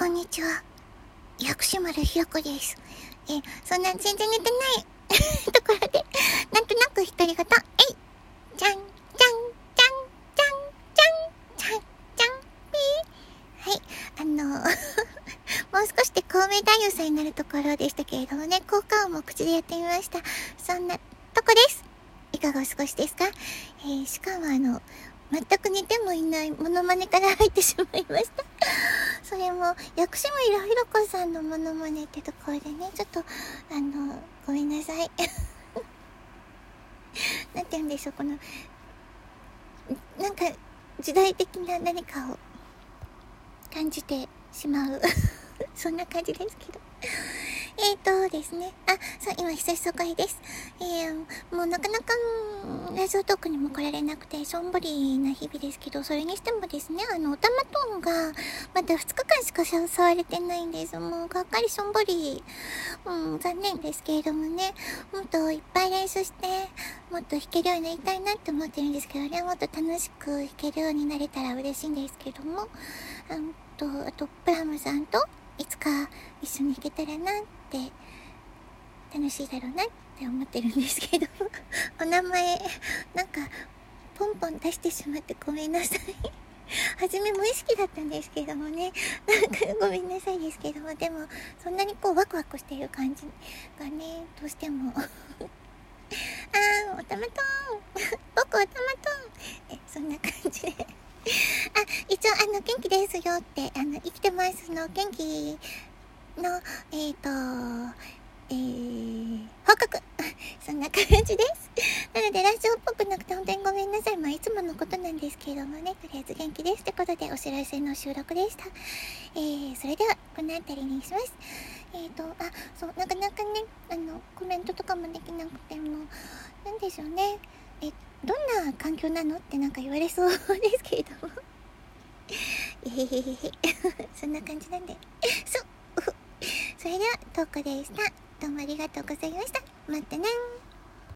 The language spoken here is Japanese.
こんにちは。薬師丸ひろ子です。そんな全然寝てないところで、なんとなく独り言、じゃん、じゃん、じゃん、じゃん、じゃん、じゃん、じゃん、じゃん、ピー。もう少しでコウメ太夫さんになるところでしたけれどもね、効果音も口でやってみました。そんなとこです。いかがお過ごしですか？しかも全く似てもいないモノマネから入ってしまいました。それも、薬師丸ひろ子さんのモノマネってところでね、ちょっと、ごめんなさい。なんて言うんでしょう、なんか、時代的な何かを感じてしまう。そんな感じですけど。ですね。そう、今、久しそこへです。もうなかなか、ラジオトークにも来られなくて、しょんぼりな日々ですけど、それにしてもですね、おたまトーンが、まだ2日間しか触れてないんです。もう、がっかりしょんぼり、残念ですけれどもね、もっといっぱい練習して、もっと弾けるようになりたいなって思ってるんですけどね、もっと楽しく弾けるようになれたら嬉しいんですけども、あと、プラムさんと、いつか一緒に弾けたらなって楽しいだろうなって思ってるんですけどお名前なんかポンポン出してしまってごめんなさい初め無意識だったんですけどもね、なんかごめんなさいですけども、でもそんなにワクワクしている感じがね、どうしてもおたまとーん僕おたまとーんそんな感じで一応元気ですよって生きてますの元気の報告そんな感じですなのでラジオっぽくなくて本当にごめんなさい。いつものことなんですけれどもね、とりあえず元気ですってことでお知らせの収録でした。それではこの辺りにします。そう、なかなかねコメントとかもできなくてもなんでしょうね、どんな環境なのってなんか言われそうですけれどもそんな感じなんでそうそれではトークでした。どうもありがとうございました。またね。